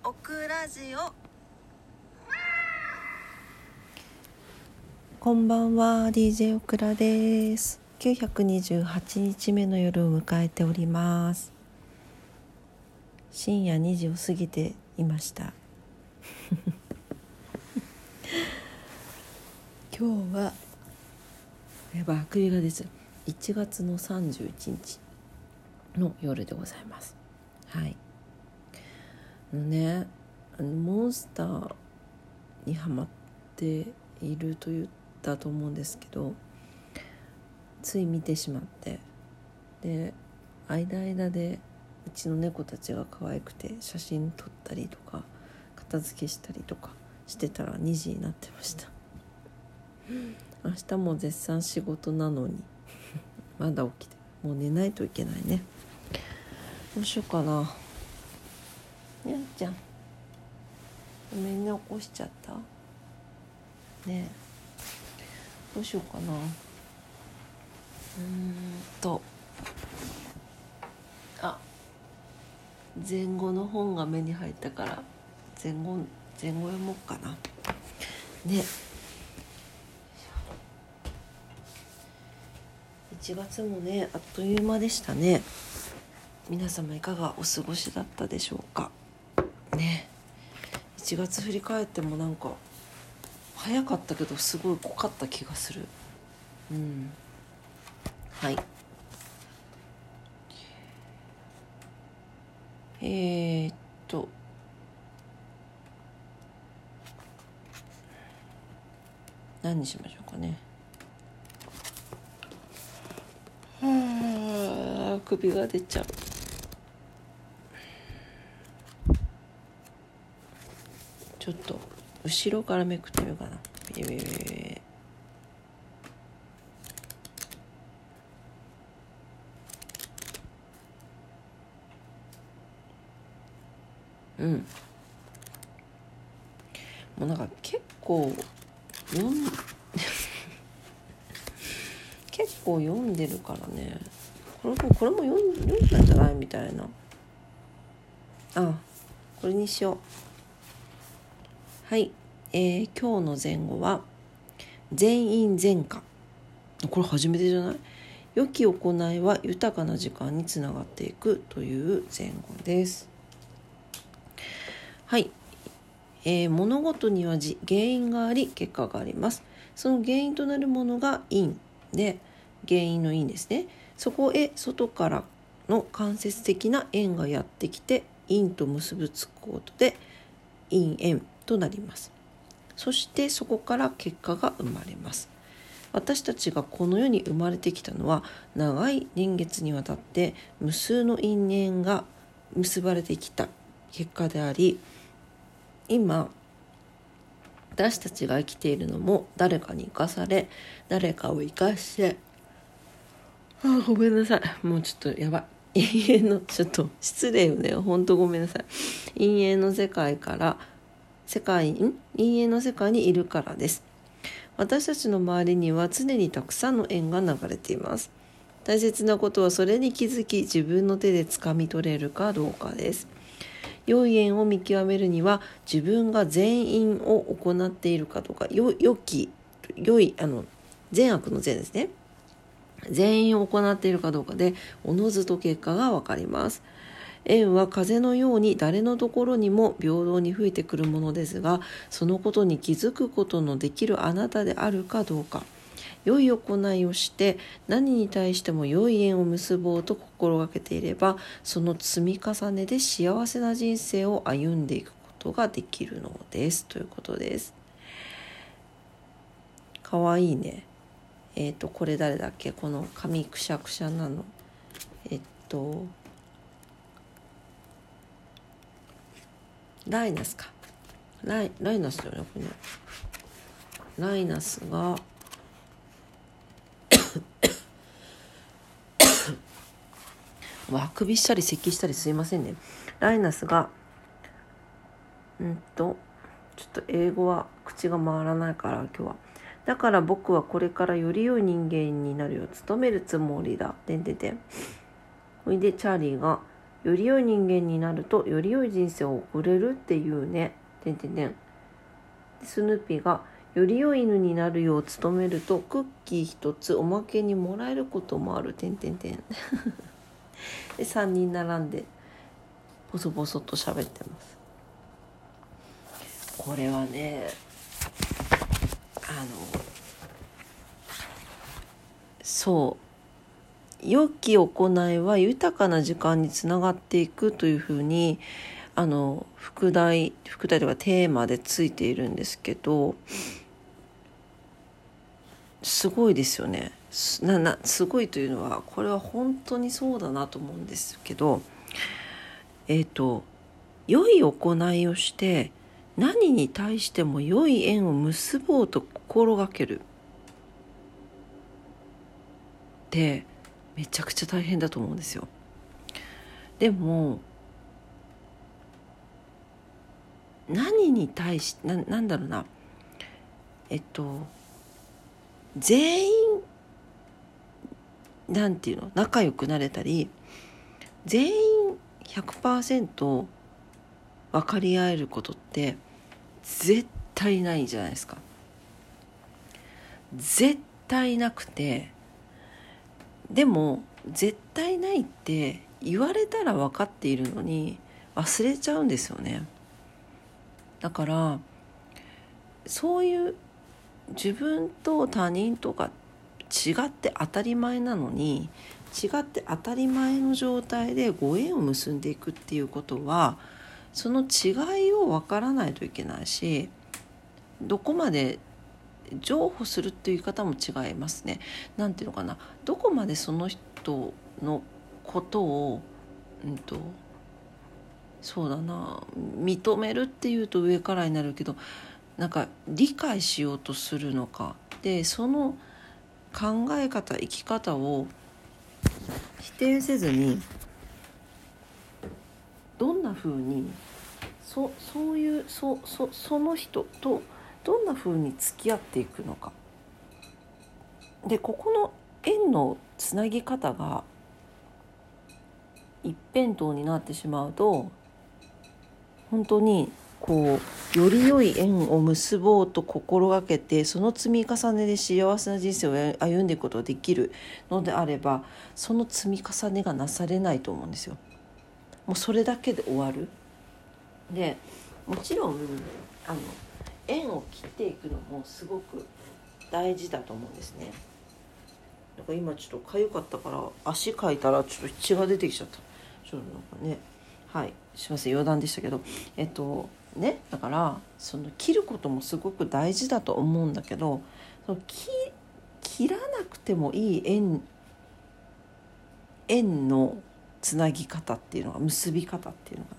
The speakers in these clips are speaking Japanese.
オクラジオ。こんばんは、 DJ オクラです。928日目の夜を迎えております。深夜2時を過ぎていました今日はあくびがです1月の31日の夜でございます。はいね、モンスターにハマっていると言ったと思うんですけど、つい見てしまって、で間でうちの猫たちが可愛くて写真撮ったりとか片付けしたりとかしてたら2時になってました明日も絶賛仕事なのにまだ起きて、もう寝ないといけないね。どうしようかな。にゃんちゃん、ごめんね、起こしちゃったね。どうしようかな。前後の本が目に入ったから前後読もうかなね。1月もね、あっという間でしたね。皆様いかがお過ごしだったでしょうかね。1月振り返ってもなんか早かったけどすごい濃かった気がする。はい。何にしましょうかね。首が出ちゃう。ちょっと後ろからめくってみようかな。もうなんか結構読んでるからね。これも読んだんじゃないみたいな。これにしよう。はい、今日の前後は全員全歌。これ初めてじゃない？良き行いは豊かな時間につながっていくという前後です。はい、物事には原因があり結果があります。その原因となるものが因で、原因の因ですね。そこへ外からの間接的な縁がやってきて因と結びつくことで因縁となります。そしてそこから結果が生まれます。私たちがこの世に生まれてきたのは長い年月にわたって無数の因縁が結ばれてきた結果であり、今私たちが生きているのも誰かに生かされ、誰かを生かしてごめんなさい、もうちょっとやばい、陰縁のちょっと失礼よね、ほんとごめんなさい。陰縁の世界から陰縁の世界にいるからです。私たちの周りには常にたくさんの縁が流れています。大切なことはそれに気づき自分の手で掴み取れるかどうかです。良い縁を見極めるには自分が善因を行っているかどうか、善悪の善ですね。善因を行っているかどうかでおのずと結果がわかります。縁は風のように誰のところにも平等に吹いてくるものですが、そのことに気づくことのできるあなたであるかどうか、良い行いをして何に対しても良い縁を結ぼうと心がけていれば、その積み重ねで幸せな人生を歩んでいくことができるのですということです。かわいいね。これ誰だっけ、この髪くしゃくしゃなの。ライナスか。ライナスだよね、これね。ライナスがあくびしたり咳したりすいませんね。ライナスがちょっと英語は口が回らないから今日は。だから僕はこれからより良い人間になるよう努めるつもりだ。ほいでチャーリーがより良い人間になるとより良い人生を送れるっていうね。スヌーピーがより良い犬になるよう努めるとクッキー一つおまけにもらえることもある。で3人並んでボソボソと喋ってます。これはね、良き行いは豊かな時間につながっていくというふうに副題というかテーマでついているんですけど、すごいですよね。すごいというのはこれは本当にそうだなと思うんですけど、良い行いをして何に対しても良い縁を結ぼうと心がけるってめちゃくちゃ大変だと思うんですよ。でも何に対しなんだろうな全員なんていうの仲良くなれたり全員 100% 分かり合えることって絶対ないじゃないですか。絶対なくて、でも絶対ないって言われたら分かっているのに忘れちゃうんですよね。だからそういう自分と他人とか違って当たり前なのに違って当たり前の状態でご縁を結んでいくっていうことはその違いを分からないといけないし、どこまで譲歩するっていう言い方も違いますね。なんていうのかな、どこまでその人のことを、そうだな、認めるっていうと上からになるけど、なんか理解しようとするのかで、その考え方生き方を否定せずにどんな風にその人とどんな風に付き合っていくのかで、ここの縁のつなぎ方が一辺倒になってしまうと本当にこうより良い縁を結ぼうと心がけてその積み重ねで幸せな人生を歩んでいくことができるのであれば、その積み重ねがなされないと思うんですよ。もうそれだけで終わる。でもちろん縁を切っていくのもすごく大事だと思うんですね。だから今ちょっと痒かったから足かいたらちょっと血が出てきちゃった。ちょっとなんかね、はいすいません余談でしたけどだからその切ることもすごく大事だと思うんだけど、その切らなくてもいい縁のつなぎ方っていうのが結び方っていうのか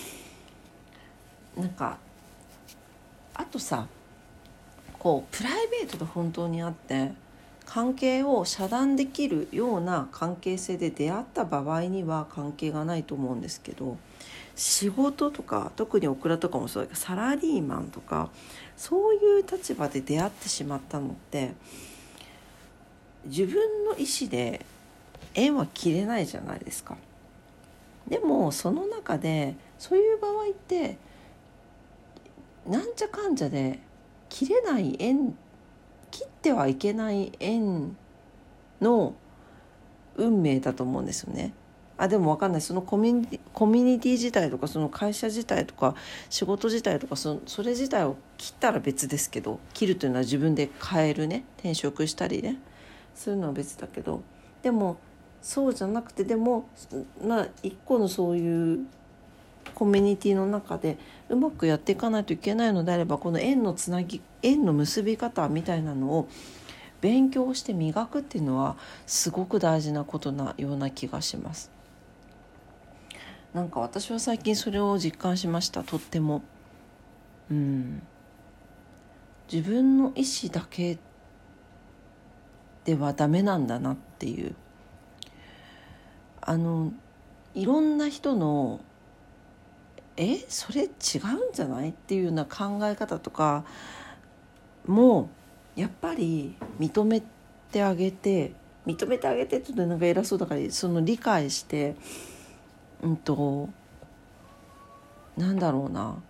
な、なんかあとさこうプライベートで本当にあって関係を遮断できるような関係性で出会った場合には関係がないと思うんですけど、仕事とか特にオクラとかもそうだけどサラリーマンとかそういう立場で出会ってしまったのって自分の意思で縁は切れないじゃないですか。でもその中でそういう場合ってなんじゃかんじゃで切れない縁、切ってはいけない縁の運命だと思うんですよね。でも分かんない、そのコミュニティ自体とかその会社自体とか仕事自体とかそれ自体を切ったら別ですけど、切るというのは自分で変えるね、転職したりねするのは別だけど、でもそうじゃなくて、でも一個のそういうコミュニティの中でうまくやっていかないといけないのであれば、この縁のつなぎ、縁の結び方みたいなのを勉強して磨くっていうのはすごく大事なことなような気がします。なんか私は最近それを実感しました。とっても自分の意思だけではダメなんだなっていう、いろんな人のそれ違うんじゃないっていうような考え方とかもやっぱり認めてあげてちょっとなんか偉そうだからその理解してなんだろうな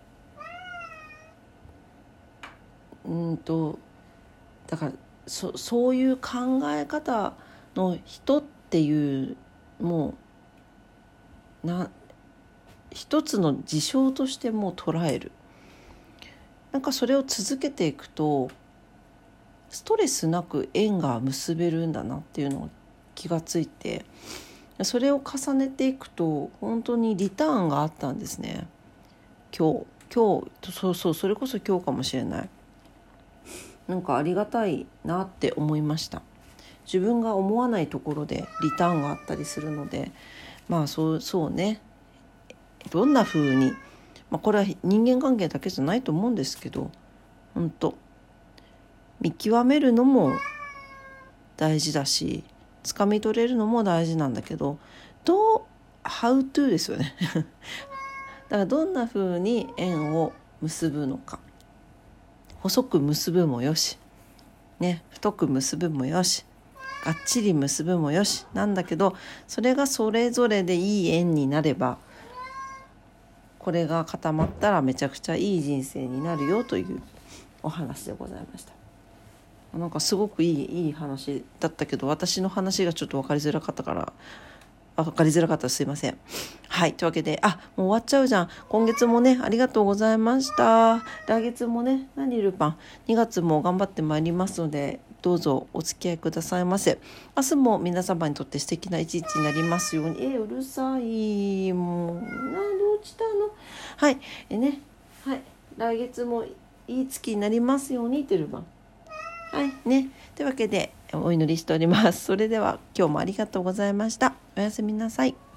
だからそういう考え方の人っていうもう一つの事象としてもう捉える。なんかそれを続けていくとストレスなく縁が結べるんだなっていうのを気がついて、それを重ねていくと本当にリターンがあったんですね。今日それこそ今日かもしれない。なんかありがたいなって思いました。自分が思わないところでリターンがあったりするので、そうね、どんな風に、これは人間関係だけじゃないと思うんですけど、本当見極めるのも大事だし、掴み取れるのも大事なんだけど、how to ですよねだからどんな風に縁を結ぶのか、細く結ぶもよし、ね、太く結ぶもよし、がっちり結ぶもよしなんだけど、それがそれぞれでいい縁になれば、これが固まったらめちゃくちゃいい人生になるよというお話でございました。なんかすごくいい話だったけど、私の話がちょっと分かりづらかったらすいません。はい、というわけでもう終わっちゃうじゃん。今月もねありがとうございました。来月もねルパン2月も頑張ってまいりますので、どうぞお付き合いくださいませ。明日も皆様にとって素敵な一日になりますように。うるさい、もうどうしたの。はいはい来月もいい月になりますように。ルパンはいね、というわけでお祈りしております。それでは今日もありがとうございました。おやすみなさい。